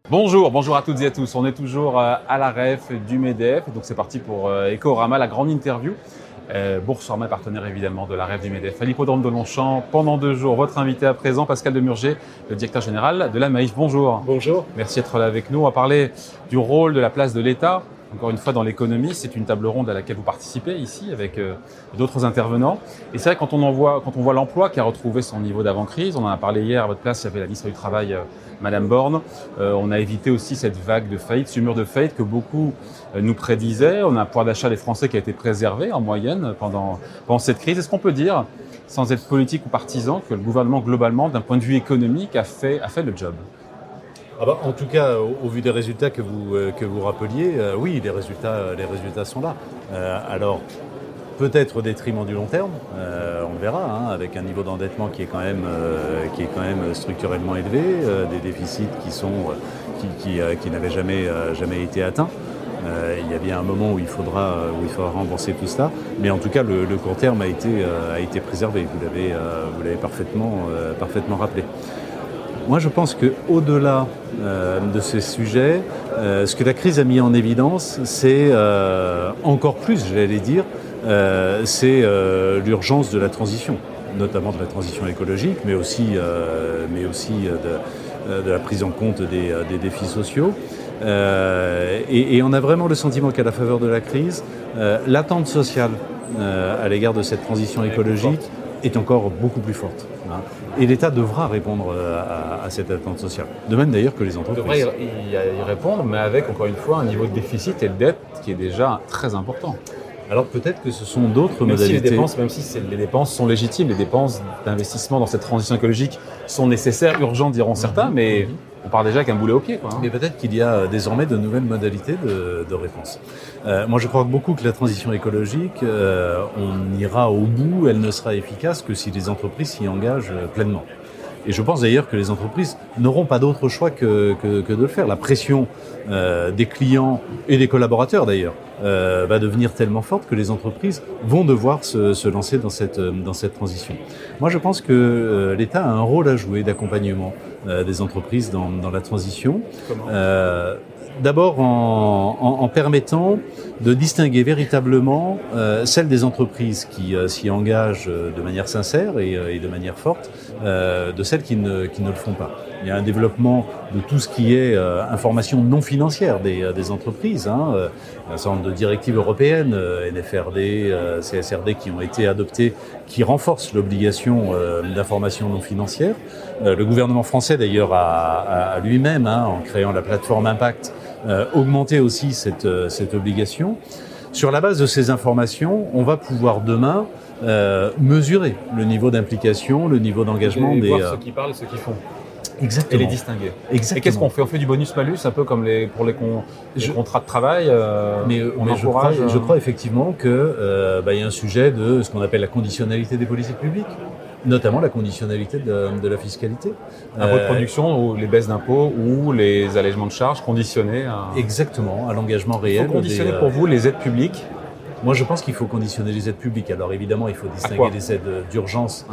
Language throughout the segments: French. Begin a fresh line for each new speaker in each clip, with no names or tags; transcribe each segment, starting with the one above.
Bonjour à toutes et à tous. On est toujours à la REF du MEDEF. Donc c'est parti pour Ecorama, la grande interview. Boursorama, partenaire évidemment de la REF du MEDEF. À l'hippodrome de Longchamp, pendant 2 jours, votre invité à présent, Pascal Demurger, le directeur général de la Maïf. Bonjour.
Bonjour.
Merci d'être là avec nous. On va parler du rôle, de la place de l'État. Encore une fois, dans l'économie, c'est une table ronde à laquelle vous participez ici avec d'autres intervenants. Et c'est vrai, quand on voit l'emploi qui a retrouvé son niveau d'avant-crise, on en a parlé hier à votre place, il y avait la ministre du Travail, Madame Borne. On a évité aussi cette vague de faillite, ce mur de faillite que beaucoup nous prédisaient. On a un pouvoir d'achat des Français qui a été préservé en moyenne pendant cette crise. Est-ce qu'on peut dire, sans être politique ou partisan, que le gouvernement, globalement, d'un point de vue économique, a fait le job ?
En tout cas, au vu des résultats que vous rappeliez, oui, les résultats sont là. Alors, peut-être au détriment du long terme, on le verra, avec un niveau d'endettement qui est quand même structurellement élevé, des déficits qui n'avaient jamais été atteints. Il y a bien un moment où il faudra rembourser tout cela, mais en tout cas le court terme a été préservé. Vous l'avez parfaitement rappelé. Moi, je pense qu'au-delà de ces sujets, ce que la crise a mis en évidence, c'est encore plus, j'allais dire, c'est l'urgence de la transition, notamment de la transition écologique, mais aussi de la prise en compte des défis sociaux. Et on a vraiment le sentiment qu'à la faveur de la crise, l'attente sociale à l'égard de cette transition écologique est encore beaucoup plus forte. Et l'État devra répondre à cette attente sociale. De même d'ailleurs que les entreprises.
Il devrait y répondre, mais avec, encore une fois, un niveau de déficit et de dette qui est déjà très important.
Alors peut-être que ce sont d'autres modalités.
Même si les dépenses sont légitimes, les dépenses d'investissement dans cette transition écologique sont nécessaires, urgentes diront certains, mais on part déjà avec un boulet au pied.
Mais peut-être qu'il y a désormais de nouvelles modalités de réponse. Moi je crois beaucoup que la transition écologique, on ira au bout, elle ne sera efficace que si les entreprises s'y engagent pleinement. Et je pense d'ailleurs que les entreprises n'auront pas d'autre choix que de le faire. La pression des clients et des collaborateurs d'ailleurs va devenir tellement forte que les entreprises vont devoir se lancer dans cette transition. Moi je pense que l'État a un rôle à jouer d'accompagnement des entreprises dans la transition.
Comment ?
D'abord en permettant de distinguer véritablement celles des entreprises qui s'y engagent de manière sincère et de manière forte de celles qui ne le font pas. Il y a un développement de tout ce qui est information non financière des entreprises, un certain nombre de directives européennes, NFRD, CSRD qui ont été adoptées, qui renforcent l'obligation d'information non financière. Le gouvernement français d'ailleurs a lui-même, en créant la plateforme Impact, augmenter aussi cette obligation. Sur la base de ces informations, on va pouvoir demain mesurer le niveau d'implication, le niveau d'engagement
des... voir ceux qui parlent et ceux qui font.
Exactement.
Et les distinguer.
Exactement.
Et qu'est-ce qu'on fait ? On fait du bonus-malus, un peu comme pour les contrats de travail.
Mais je crois effectivement que y a un sujet de ce qu'on appelle la conditionnalité des politiques publiques, notamment la conditionnalité de la fiscalité.
Impôts de production ou les baisses d'impôts ou les allègements de charges conditionnés à...
Exactement, à l'engagement réel.
Il faut conditionner pour vous les aides publiques ?
Moi, je pense qu'il faut conditionner les aides publiques. Alors évidemment, il faut distinguer les aides d'urgence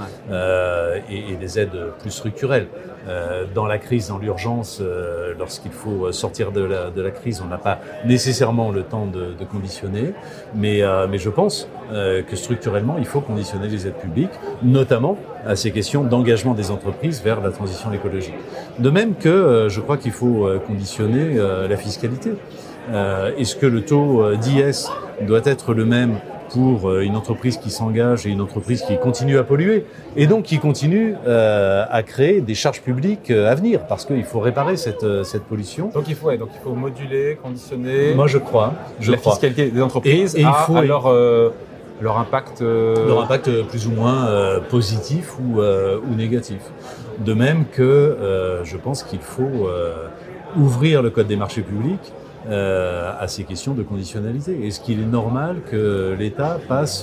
et les aides plus structurelles. Dans la crise, dans l'urgence, lorsqu'il faut sortir de la crise, on n'a pas nécessairement le temps de conditionner. Mais je pense que structurellement, il faut conditionner les aides publiques, notamment à ces questions d'engagement des entreprises vers la transition écologique. De même que je crois qu'il faut conditionner la fiscalité. Est-ce que le taux d'IS doit être le même pour une entreprise qui s'engage et une entreprise qui continue à polluer et donc qui continue à créer des charges publiques à venir parce qu'il faut réparer cette pollution.
Donc il faut moduler, conditionner.
Moi je crois.
Fiscalité des entreprises à leur impact.
Leur impact plus ou moins positif ou négatif. De même que je pense qu'il faut ouvrir le code des marchés publics à ces questions de conditionnalité. Est-ce qu'il est normal que l'État passe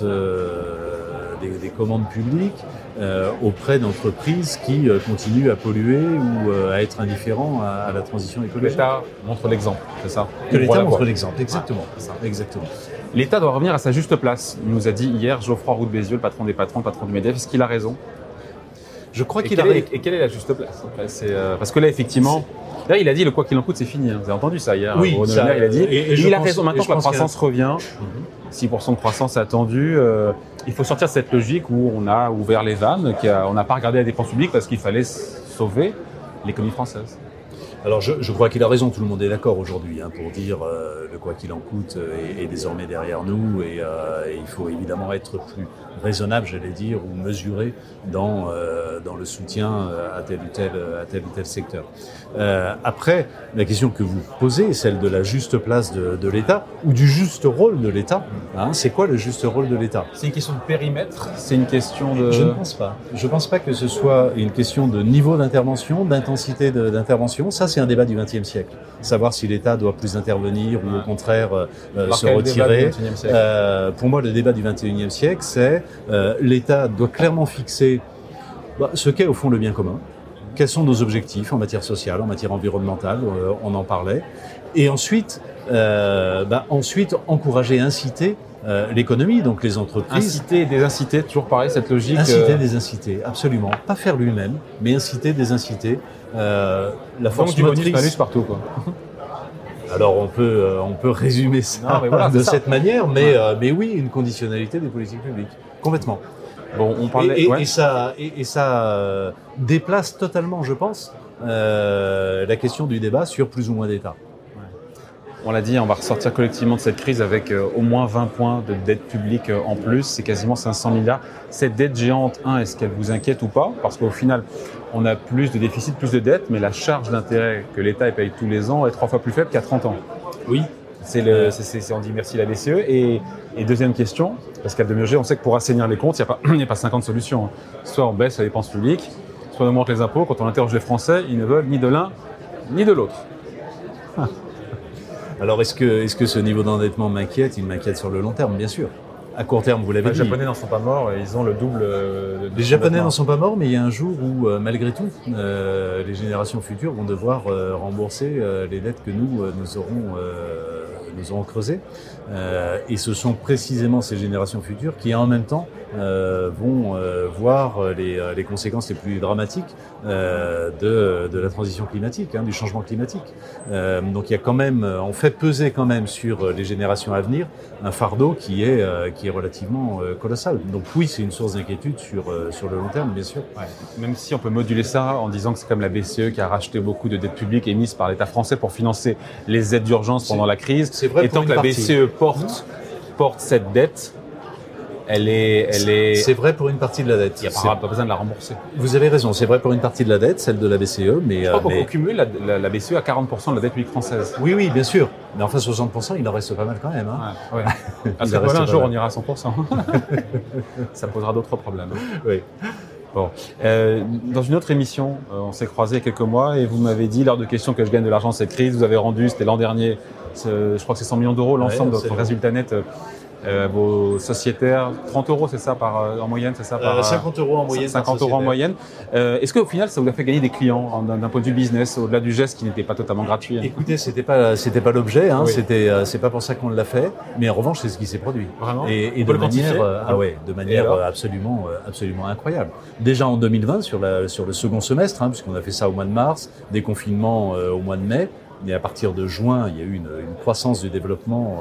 des commandes publiques auprès d'entreprises qui continuent à polluer ou à être indifférents à la transition écologique?
L'État montre l'exemple, c'est ça?
Que l'État montre l'exemple, exactement. Ouais, c'est ça. Exactement.
L'État doit revenir à sa juste place. Il nous a dit hier Geoffroy Roux de Bézieux, le patron des patrons, le patron du MEDEF. Est-ce qu'il a raison?
Je crois qu'il a raison.
Et quelle est la juste place? Parce que là, effectivement, Là, il a dit le quoi qu'il en coûte, c'est fini. Vous avez entendu ça hier.
Oui,
Bruno
ça,
Le Maire, il a dit.
et
il a raison. Maintenant que la croissance revient, 6% de croissance attendue, il faut sortir de cette logique où on a ouvert les vannes, on n'a pas regardé la dépense publique parce qu'il fallait sauver l'économie française.
Alors je crois qu'il a raison, tout le monde est d'accord aujourd'hui pour dire le quoi qu'il en coûte est désormais derrière nous et il faut évidemment être plus raisonnable, j'allais dire, ou mesuré dans le soutien à tel ou tel secteur. Après, la question que vous posez, celle de la juste place de l'État ou du juste rôle de l'État. C'est quoi le juste rôle de l'État?
C'est une question de périmètre. C'est une question de.
Je ne pense pas. Je ne pense pas que ce soit une question de niveau d'intervention, d'intensité d'intervention. Ça, c'est un débat du XXe siècle. Savoir si l'État doit plus intervenir ou au contraire se retirer. Pour moi, le débat du XXIe siècle, c'est l'État doit clairement fixer ce qu'est au fond le bien commun. Quels sont nos objectifs en matière sociale, en matière environnementale, on en parlait. Et ensuite, encourager, inciter l'économie, donc les entreprises.
Inciter et désinciter, toujours pareil, cette logique.
Inciter, désinciter, absolument. Pas faire lui-même, mais inciter, désinciter. La force
du
motrice.
bonus malus partout, quoi.
Alors on peut résumer ça de cette manière, mais oui, une conditionnalité des politiques publiques, complètement.
Bon, on parlait.
Et ça déplace totalement, je pense, la question du débat sur plus ou moins d'État.
On l'a dit, on va ressortir collectivement de cette crise avec au moins 20 points de dette publique en plus. C'est quasiment 500 milliards. Cette dette géante, est-ce qu'elle vous inquiète ou pas? Parce qu'au final, on a plus de déficit, plus de dettes, mais la charge d'intérêt que l'État paye tous les ans est 3 fois plus faible qu'à 30 ans.
Oui.
On dit merci la BCE. Et deuxième question, parce qu'à Demurger, on sait que pour assainir les comptes, il n'y a pas 50 solutions. Soit on baisse la dépense publique, soit on augmente les impôts. Quand on interroge les Français, ils ne veulent ni de l'un ni de l'autre.
Alors, est-ce que ce niveau d'endettement m'inquiète? Il m'inquiète sur le long terme, bien sûr. À court terme, vous l'avez dit.
Les Japonais n'en sont pas morts, ils ont le double.
Les Japonais n'en sont pas morts, mais il y a un jour où, malgré tout, les générations futures vont devoir rembourser les dettes que nous aurons creusées. Et ce sont précisément ces générations futures qui, en même temps, vont voir les conséquences les plus dramatiques de la transition climatique, du changement climatique. Donc il y a quand même, on fait peser quand même sur les générations à venir un fardeau qui est relativement colossal. Donc oui, c'est une source d'inquiétude sur le long terme, bien sûr.
Ouais. Même si on peut moduler ça en disant que c'est comme la BCE qui a racheté beaucoup de dettes publiques émises par l'État français pour financer les aides d'urgence pendant la crise.
C'est vrai.
Et tant que la BCE porte cette dette, elle est.
C'est vrai pour une partie de la dette.
Il n'y a pas besoin de la rembourser.
Vous avez raison, c'est vrai pour une partie de la dette, celle de la BCE, mais.
Je crois qu'on cumule la BCE à 40% de la dette publique française.
Oui, bien sûr. Mais enfin, 60%, il en reste pas mal quand même.
Ouais. Un jour, on ira à 100%. Ça posera d'autres problèmes.
Oui.
Bon. Dans une autre émission, on s'est croisés il y a quelques mois et vous m'avez dit, lors de questions que je gagne de l'argent de cette crise, vous avez rendu, c'était l'an dernier, je crois que c'est 100 millions d'euros l'ensemble de votre résultat net. Vos sociétaires, 30 euros, c'est ça en moyenne, c'est ça
50 euros en moyenne.
50 euros en moyenne. Est-ce qu'au final, ça vous a fait gagner des clients d'un point de vue business, au-delà du geste qui n'était pas totalement gratuit?
Écoutez, c'était pas l'objet,
Oui.
c'est pas pour ça qu'on l'a fait, mais en revanche, c'est ce qui s'est produit.
Vraiment?
Et de manière absolument incroyable. Déjà en 2020, sur le second semestre, puisqu'on a fait ça au mois de mars, des confinements au mois de mai, et à partir de juin, il y a eu une croissance du développement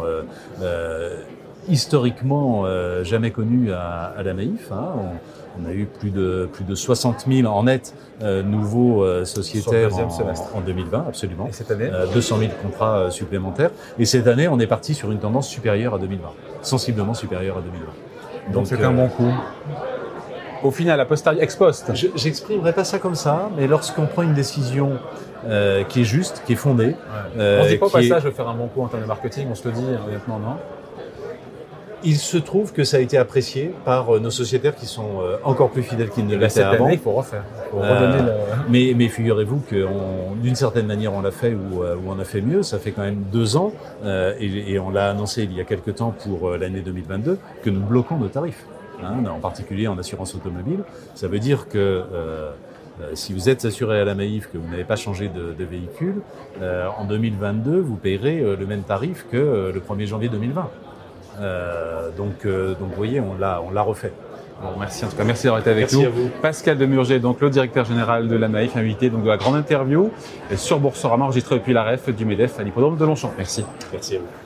historiquement jamais connu à la Maïf. On a eu plus de 60 000 en net nouveaux sociétaires en 2020, absolument.
Et cette année
200 000 contrats supplémentaires. Et cette année, on est parti sur une tendance supérieure à 2020, sensiblement supérieure à 2020.
Donc c'est un bon coup. Au final, ex post.
J'exprimerai pas ça comme ça, mais lorsqu'on prend une décision qui est juste, qui est fondée...
On se dit pas au passage, je vais faire un bon coup en termes de marketing, on se le dit honnêtement, non?
Il se trouve que ça a été apprécié par nos sociétaires qui sont encore plus fidèles qu'ils ne l'étaient avant.
Cette année, il faut refaire. Il faut redonner
mais figurez-vous que d'une certaine manière, on l'a fait ou on a fait mieux. Ça fait quand même 2 ans et on l'a annoncé il y a quelque temps pour l'année 2022 que nous bloquons nos tarifs. En particulier en assurance automobile. Ça veut dire que si vous êtes assuré à la Maïf, que vous n'avez pas changé de véhicule, en 2022, vous payerez le même tarif que le 1er janvier 2020. Donc vous voyez, on l'a refait.
Bon, merci en tout cas, merci d'avoir été avec
Merci
nous.
à vous.
Pascal Demurger, donc le directeur général de la Naïf, invité donc de la grande interview sur Boursorama, enregistrée depuis la REF du MEDEF à l'hippodrome de Longchamp. Merci.
Merci à vous.